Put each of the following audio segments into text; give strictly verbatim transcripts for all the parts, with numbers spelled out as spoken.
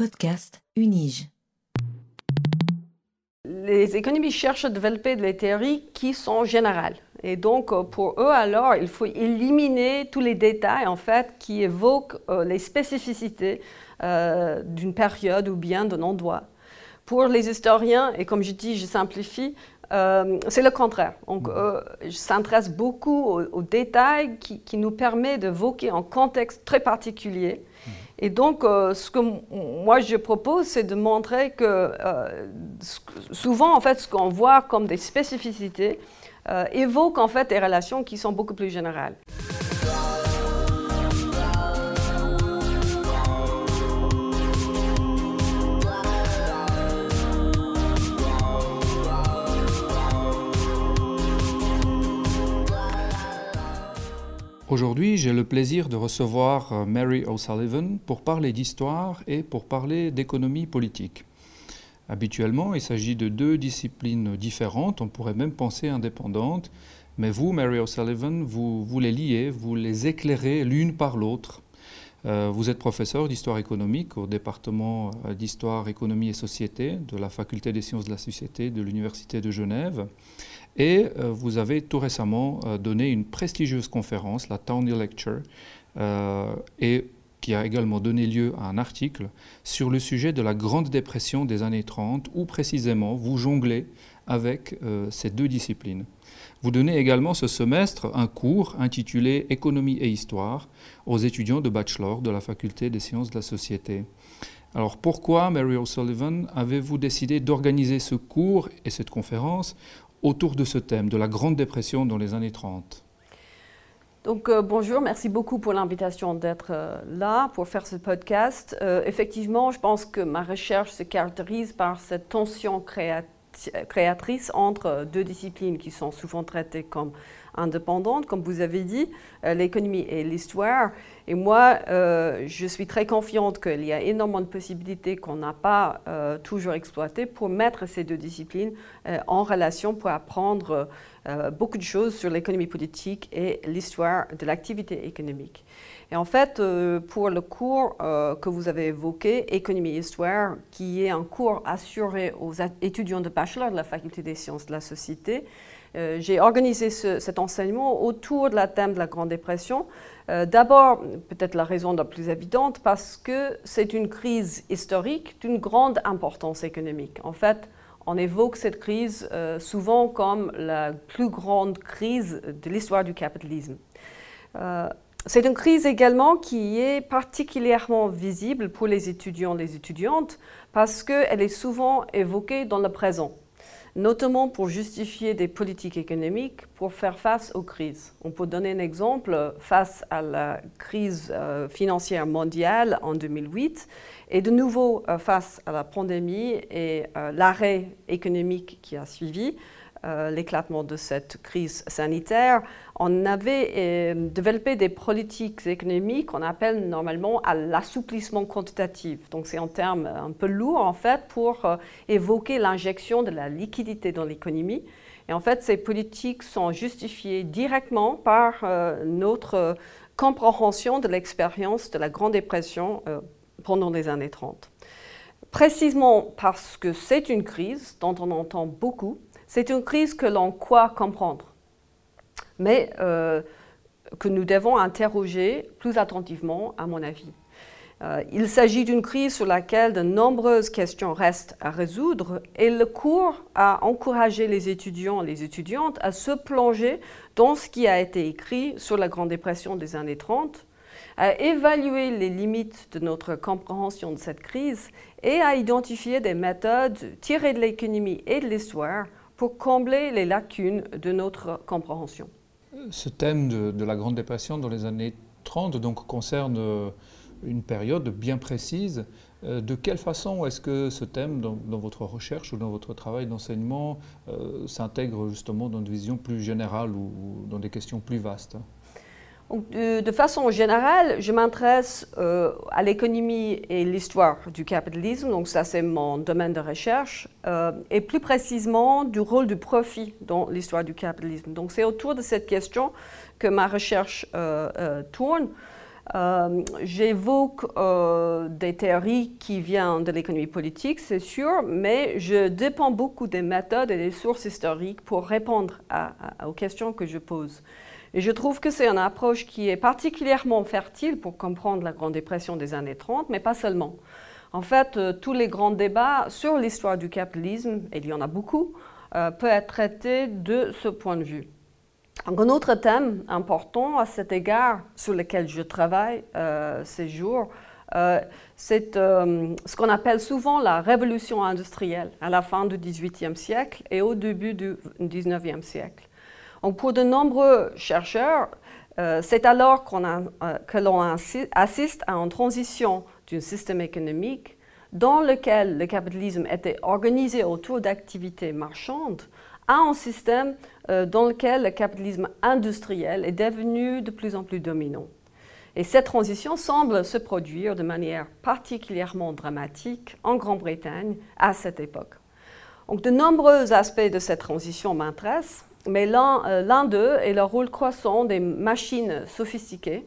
Podcast Unige. Les économistes cherchent à développer des théories qui sont générales. Et donc, pour eux, alors, il faut éliminer tous les détails, en fait, qui évoquent euh, les spécificités euh, d'une période ou bien d'un endroit. Pour les historiens, et comme je dis, je simplifie, euh, c'est le contraire. Donc, euh, je s'intéresse beaucoup aux, aux détails qui, qui nous permettent d'évoquer un contexte très particulier. Et donc, euh, ce que moi je propose, c'est de montrer que euh, souvent, en fait, ce qu'on voit comme des spécificités euh, évoque en fait des relations qui sont beaucoup plus générales. Aujourd'hui, j'ai le plaisir de recevoir Mary O'Sullivan pour parler d'histoire et pour parler d'économie politique. Habituellement, il s'agit de deux disciplines différentes, on pourrait même penser indépendantes, mais vous, Mary O'Sullivan, vous, vous les liez, vous les éclairez l'une par l'autre. Euh, vous êtes professeur d'histoire économique au département d'histoire, économie et société de la faculté des sciences de la société de l'Université de Genève. Et euh, vous avez tout récemment euh, donné une prestigieuse conférence, la Towneley Lecture, euh, et qui a également donné lieu à un article sur le sujet de la Grande Dépression des années trente, où précisément vous jonglez avec euh, ces deux disciplines. Vous donnez également ce semestre un cours intitulé « Économie et Histoire » aux étudiants de bachelor de la faculté des sciences de la société. Alors pourquoi, Mary O'Sullivan, avez-vous décidé d'organiser ce cours et cette conférence autour de ce thème, de la Grande Dépression dans les années trente? Donc euh, bonjour, merci beaucoup pour l'invitation d'être euh, là pour faire ce podcast. Euh, effectivement, je pense que ma recherche se caractérise par cette tension créa créatrice entre deux disciplines qui sont souvent traitées comme indépendantes, comme vous avez dit, euh, l'économie et l'histoire. Et moi, euh, je suis très confiante qu'il y a énormément de possibilités qu'on n'a pas euh, toujours exploitées pour mettre ces deux disciplines euh, en relation pour apprendre euh, beaucoup de choses sur l'économie politique et l'histoire de l'activité économique. Et en fait, euh, pour le cours euh, que vous avez évoqué, Économie et Histoire, qui est un cours assuré aux étudiants de bachelor de la Faculté des sciences de la société, euh, j'ai organisé ce, cet enseignement autour de la thème de la Grande Dépression. Euh, D'abord, peut-être la raison la plus évidente, parce que c'est une crise historique d'une grande importance économique. En fait, on évoque cette crise euh, souvent comme la plus grande crise de l'histoire du capitalisme. Euh, C'est une crise également qui est particulièrement visible pour les étudiants et les étudiantes parce qu'elle est souvent évoquée dans le présent, notamment pour justifier des politiques économiques pour faire face aux crises. On peut donner un exemple face à la crise euh, financière mondiale en deux mille huit et de nouveau euh, face à la pandémie et euh, l'arrêt économique qui a suivi. Euh, l'éclatement de cette crise sanitaire, on avait euh, développé des politiques économiques qu'on appelle normalement à l'assouplissement quantitatif. Donc c'est un terme un peu lourd en fait pour euh, évoquer l'injection de la liquidité dans l'économie. Et en fait, ces politiques sont justifiées directement par euh, notre euh, compréhension de l'expérience de la Grande Dépression euh, pendant les années trente. Précisément parce que c'est une crise dont on entend beaucoup. C'est une crise que l'on croit comprendre, mais euh, que nous devons interroger plus attentivement, à mon avis. Euh, il s'agit d'une crise sur laquelle de nombreuses questions restent à résoudre et le cours a encouragé les étudiants et les étudiantes à se plonger dans ce qui a été écrit sur la Grande Dépression des années trente, à évaluer les limites de notre compréhension de cette crise et à identifier des méthodes tirées de l'économie et de l'histoire pour combler les lacunes de notre compréhension. Ce thème de, de la Grande Dépression dans les années trente donc, concerne une période bien précise. De quelle façon est-ce que ce thème, dans, dans votre recherche ou dans votre travail d'enseignement, euh, s'intègre justement dans une vision plus générale ou, ou dans des questions plus vastes? Donc, de, de façon générale, je m'intéresse euh, à l'économie et l'histoire du capitalisme, donc ça c'est mon domaine de recherche, euh, et plus précisément du rôle du profit dans l'histoire du capitalisme. Donc c'est autour de cette question que ma recherche euh, euh, tourne. Euh, J'évoque euh, des théories qui viennent de l'économie politique, c'est sûr, mais je dépends beaucoup des méthodes et des sources historiques pour répondre à, à, aux questions que je pose. Et je trouve que c'est une approche qui est particulièrement fertile pour comprendre la Grande Dépression des années trente, mais pas seulement. En fait, euh, tous les grands débats sur l'histoire du capitalisme, et il y en a beaucoup, euh, peuvent être traités de ce point de vue. Un autre thème important à cet égard, sur lequel je travaille euh, ces jours, euh, c'est euh, ce qu'on appelle souvent la révolution industrielle à la fin du dix-huitième siècle et au début du dix-neuvième siècle. Donc, pour de nombreux chercheurs, euh, c'est alors qu'on a, euh, que l'on assiste à une transition d'un système économique dans lequel le capitalisme était organisé autour d'activités marchandes à un système euh, dans lequel le capitalisme industriel est devenu de plus en plus dominant. Et cette transition semble se produire de manière particulièrement dramatique en Grande-Bretagne à cette époque. Donc, de nombreux aspects de cette transition m'intéressent, mais l'un euh, l'un d'eux est le rôle croissant des machines sophistiquées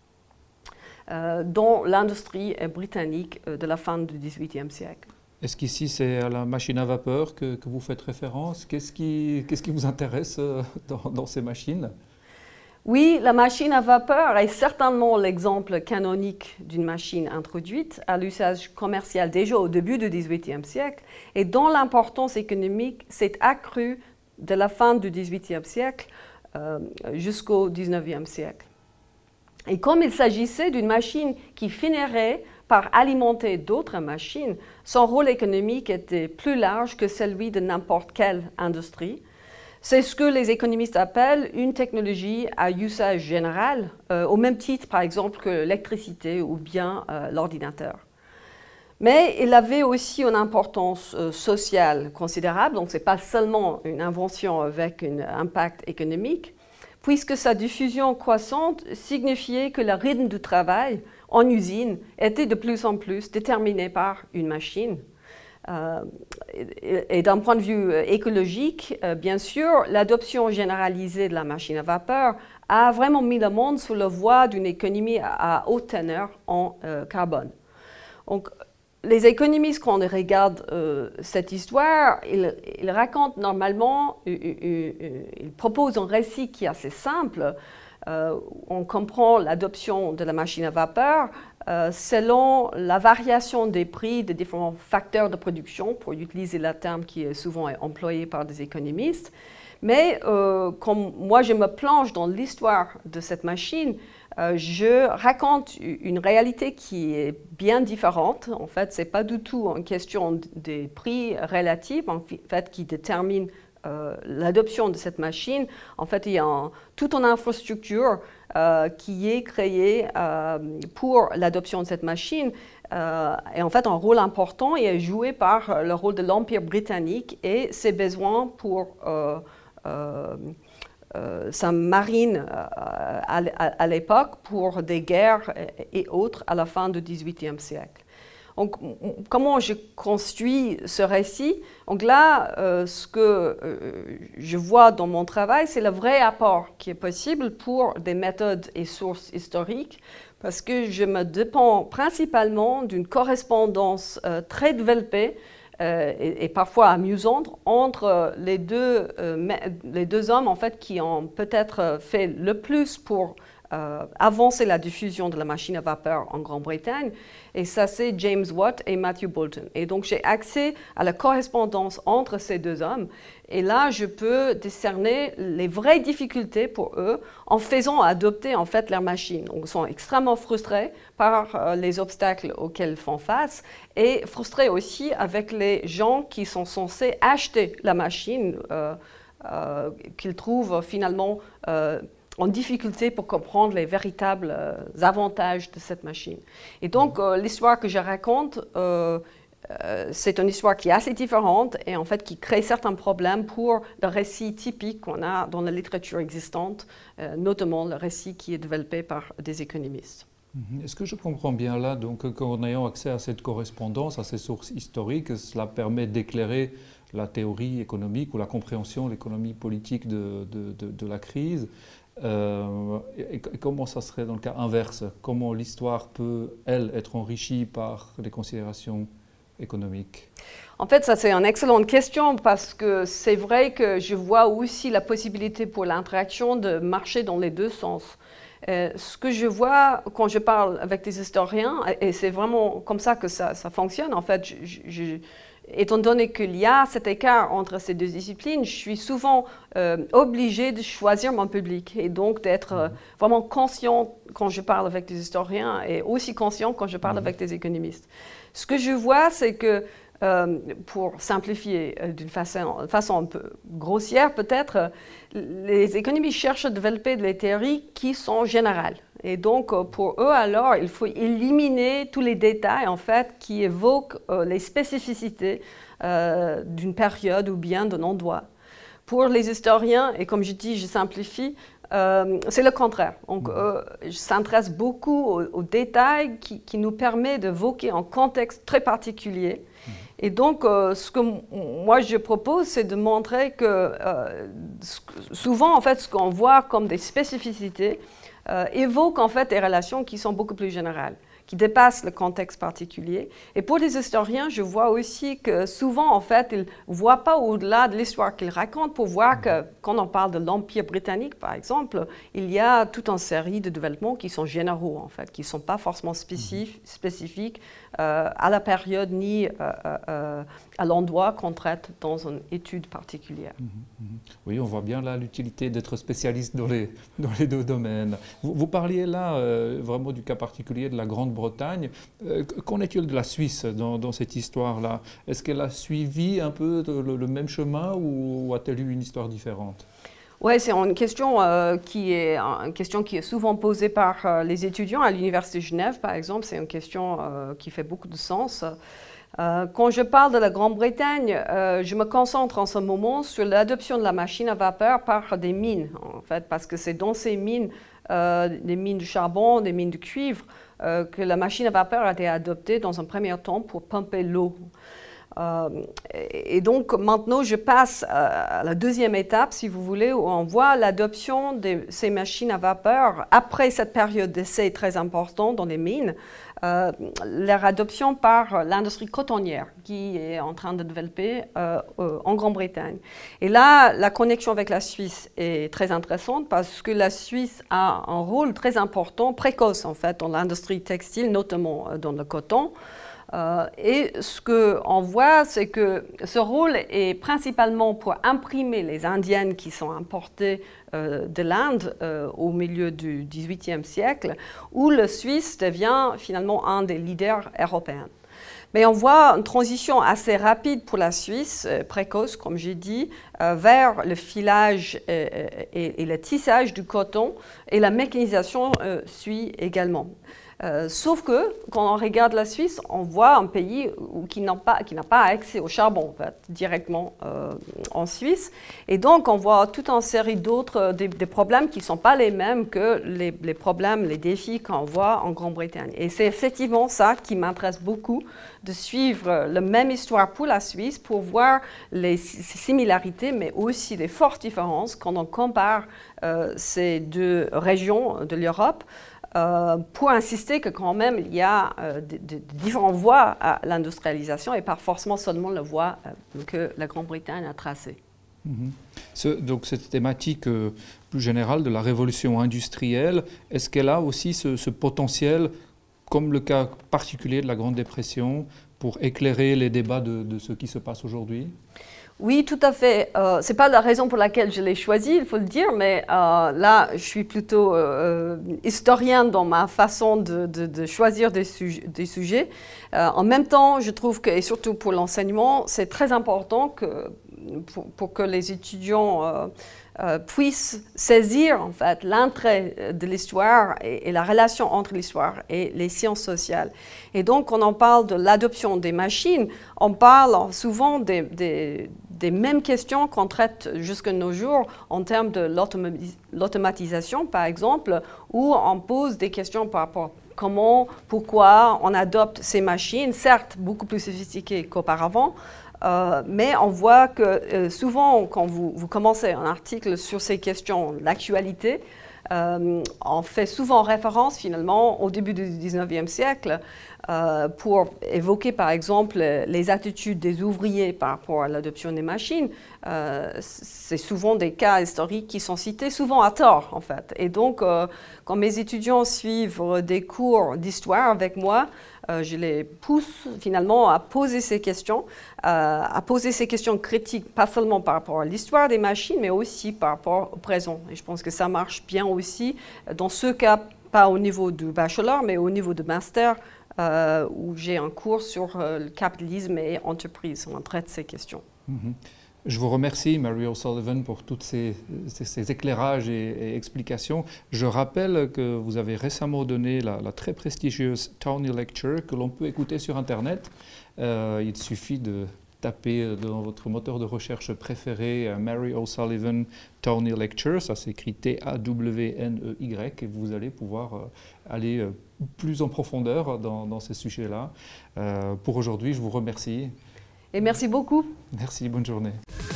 euh, dans l'industrie britannique euh, de la fin du dix-huitième siècle. Est-ce qu'ici c'est à la machine à vapeur que, que vous faites référence? Qu'est-ce qui, qu'est-ce qui vous intéresse euh, dans, dans ces machines? Oui, la machine à vapeur est certainement l'exemple canonique d'une machine introduite à l'usage commercial déjà au début du dix-huitième siècle et dont l'importance économique s'est accrue de la fin du dix-huitième siècle euh, jusqu'au dix-neuvième siècle. Et comme il s'agissait d'une machine qui finirait par alimenter d'autres machines, son rôle économique était plus large que celui de n'importe quelle industrie. C'est ce que les économistes appellent une technologie à usage général, euh, au même titre par exemple que l'électricité ou bien euh, l'ordinateur. Mais il avait aussi une importance euh, sociale considérable, donc ce n'est pas seulement une invention avec un impact économique, puisque sa diffusion croissante signifiait que le rythme du travail en usine était de plus en plus déterminé par une machine. Euh, et, et d'un point de vue écologique, euh, bien sûr, l'adoption généralisée de la machine à vapeur a vraiment mis le monde sur la voie d'une économie à, à haute teneur en euh, carbone. Donc, les économistes, quand on regarde euh, cette histoire, ils, ils racontent normalement, ils, ils, ils proposent un récit qui est assez simple. Euh, on comprend l'adoption de la machine à vapeur euh, selon la variation des prix des différents facteurs de production, pour utiliser le terme qui est souvent employé par des économistes. Mais euh, comme moi je me plonge dans l'histoire de cette machine, euh, je raconte une réalité qui est bien différente. En fait, ce n'est pas du tout une question des prix relatifs en fait, qui détermine euh, l'adoption de cette machine. En fait, il y a un, toute une infrastructure euh, qui est créée euh, pour l'adoption de cette machine. Euh, et en fait, un rôle important est joué par le rôle de l'Empire britannique et ses besoins pour euh, Euh, euh, sa marine euh, à, à, à l'époque pour des guerres et, et autres à la fin du dix-huitième siècle. Donc, comment je construis ce récit? Donc là, euh, ce que euh, je vois dans mon travail, c'est le vrai apport qui est possible pour des méthodes et sources historiques, parce que je me dépends principalement d'une correspondance euh, très développée Euh, et, et parfois amusante entre les deux, euh, les deux hommes en fait, qui ont peut-être fait le plus pour euh, avancer la diffusion de la machine à vapeur en Grande-Bretagne. Et ça, c'est James Watt et Matthew Boulton. Et donc, j'ai accès à la correspondance entre ces deux hommes. Et là, je peux décerner les vraies difficultés pour eux en faisant adopter en fait leur machine. Donc, ils sont extrêmement frustrés par euh, les obstacles auxquels ils font face et frustrés aussi avec les gens qui sont censés acheter la machine euh, euh, qu'ils trouvent finalement euh, en difficulté pour comprendre les véritables euh, avantages de cette machine. Et donc, euh, l'histoire que je raconte, euh, euh, c'est une histoire qui est assez différente et en fait qui crée certains problèmes pour le récit typique qu'on a dans la littérature existante, euh, notamment le récit qui est développé par des économistes. Est-ce que je comprends bien là, donc, qu'en ayant accès à cette correspondance, à ces sources historiques, cela permet d'éclairer la théorie économique ou la compréhension de l'économie politique de, de, de, de la crise? Euh, et, et comment ça serait dans le cas inverse? Comment l'histoire peut, elle, être enrichie par des considérations économiques? En fait, ça c'est une excellente question parce que c'est vrai que je vois aussi la possibilité pour l'interaction de marcher dans les deux sens. Euh, ce que je vois quand je parle avec des historiens, et c'est vraiment comme ça que ça, ça fonctionne, en fait, je, je, étant donné qu'il y a cet écart entre ces deux disciplines, je suis souvent euh, obligée de choisir mon public et donc d'être euh, vraiment conscient quand je parle avec des historiens et aussi conscient quand je parle mmh. avec des économistes. Ce que je vois, c'est que, euh, pour simplifier euh, d'une façon, façon un peu grossière peut-être, euh, les économistes cherchent à développer des théories qui sont générales. Et donc, euh, pour eux, alors, il faut éliminer tous les détails, en fait, qui évoquent euh, les spécificités euh, d'une période ou bien d'un endroit. Pour les historiens, et comme je dis, je simplifie, Euh, c'est le contraire. Donc, euh, je s'intéresse beaucoup aux, aux détails qui, qui nous permettent d'évoquer un contexte très particulier. Et donc, euh, ce que moi je propose, c'est de montrer que euh, souvent, en fait, ce qu'on voit comme des spécificités euh, évoque en fait des relations qui sont beaucoup plus générales, qui dépassent le contexte particulier. Et pour les historiens, je vois aussi que souvent, en fait, ils ne voient pas au-delà de l'histoire qu'ils racontent pour voir que, quand on parle de l'Empire britannique, par exemple, il y a toute une série de développements qui sont généraux, en fait, qui ne sont pas forcément spécif- spécifiques euh, à la période ni euh, euh, à l'endroit qu'on traite dans une étude particulière. Oui, on voit bien là l'utilité d'être spécialiste dans les, dans les deux domaines. Vous, vous parliez là euh, vraiment du cas particulier de la Grande-Bretagne. Euh, qu'en est-il de la Suisse dans, dans cette histoire-là? Est-ce qu'elle a suivi un peu le, le même chemin ou, ou a-t-elle eu une histoire différente? Oui, c'est une question, euh, qui est, une question qui est souvent posée par euh, les étudiants à l'Université de Genève, par exemple. C'est une question euh, qui fait beaucoup de sens. Euh, quand je parle de la Grande-Bretagne, euh, je me concentre en ce moment sur l'adoption de la machine à vapeur par des mines, en fait, parce que c'est dans ces mines, euh, des mines de charbon, des mines de cuivre, euh, que la machine à vapeur a été adoptée dans un premier temps pour pomper l'eau. Euh, et donc maintenant, je passe à la deuxième étape, si vous voulez, où on voit l'adoption de ces machines à vapeur après cette période d'essai très importante dans les mines, euh, leur adoption par l'industrie cotonnière qui est en train de développer euh, euh, en Grande-Bretagne. Et là, la connexion avec la Suisse est très intéressante parce que la Suisse a un rôle très important, précoce en fait, dans l'industrie textile, notamment dans le coton. Euh, et ce qu'on voit, c'est que ce rôle est principalement pour imprimer les indiennes qui sont importées euh, de l'Inde euh, au milieu du dix-huitième siècle, où le Suisse devient finalement un des leaders européens. Mais on voit une transition assez rapide pour la Suisse, euh, précoce, comme j'ai dit, euh, vers le filage et, et, et le tissage du coton, et la mécanisation euh, suit également. Euh, sauf que, quand on regarde la Suisse, on voit un pays où, qui n'a pas, qui n'a pas accès au charbon, en fait, directement euh, en Suisse. Et donc, on voit toute une série d'autres, des, des problèmes qui ne sont pas les mêmes que les, les problèmes, les défis qu'on voit en Grande-Bretagne. Et c'est effectivement ça qui m'intéresse beaucoup, de suivre la même histoire pour la Suisse, pour voir les similarités, mais aussi les fortes différences quand on compare euh, ces deux régions de l'Europe. Euh, pour insister que quand même il y a euh, de, de, de différentes voies à l'industrialisation et pas forcément seulement la voie euh, que la Grande-Bretagne a tracée. Mmh. Ce, donc cette thématique euh, plus générale de la révolution industrielle, est-ce qu'elle a aussi ce, ce potentiel, comme le cas particulier de la Grande Dépression, pour éclairer les débats de, de ce qui se passe aujourd'hui? Oui, tout à fait. Euh, ce n'est pas la raison pour laquelle je l'ai choisi, il faut le dire, mais euh, là, je suis plutôt euh, historienne dans ma façon de, de, de choisir des, suj des sujets. Euh, en même temps, je trouve que, et surtout pour l'enseignement, c'est très important que, pour, pour que les étudiants euh, euh, puissent saisir en fait l'intérêt de l'histoire et, et la relation entre l'histoire et les sciences sociales. Et donc, quand on parle de l'adoption des machines, on parle souvent des, des des mêmes questions qu'on traite jusqu'à nos jours en termes de l'automatisation, par exemple, où on pose des questions par rapport à comment, pourquoi on adopte ces machines, certes beaucoup plus sophistiquées qu'auparavant, Euh, mais on voit que euh, souvent, quand vous, vous commencez un article sur ces questions d'actualité, euh, on fait souvent référence finalement au début du dix-neuvième siècle euh, pour évoquer par exemple les attitudes des ouvriers par rapport à l'adoption des machines. Euh, c'est souvent des cas historiques qui sont cités, souvent à tort en fait. Et donc, euh, quand mes étudiants suivent des cours d'histoire avec moi, Euh, je les pousse finalement à poser ces questions, euh, à poser ces questions critiques, pas seulement par rapport à l'histoire des machines, mais aussi par rapport au présent. Et je pense que ça marche bien aussi, dans ce cas, pas au niveau du bachelor, mais au niveau de master, euh, où j'ai un cours sur euh, le capitalisme et entreprise. On traite ces questions. Mm-hmm. Je vous remercie, Mary O'Sullivan, pour tous ces, ces, ces éclairages et, et explications. Je rappelle que vous avez récemment donné la, la très prestigieuse Townie Lecture que l'on peut écouter sur Internet. Euh, il suffit de taper dans votre moteur de recherche préféré uh, Mary O'Sullivan Townie Lecture, ça s'écrit T A W N E Y, et vous allez pouvoir euh, aller euh, plus en profondeur dans, dans ces sujets-là. Euh, pour aujourd'hui, je vous remercie. Et merci beaucoup. Merci, bonne journée.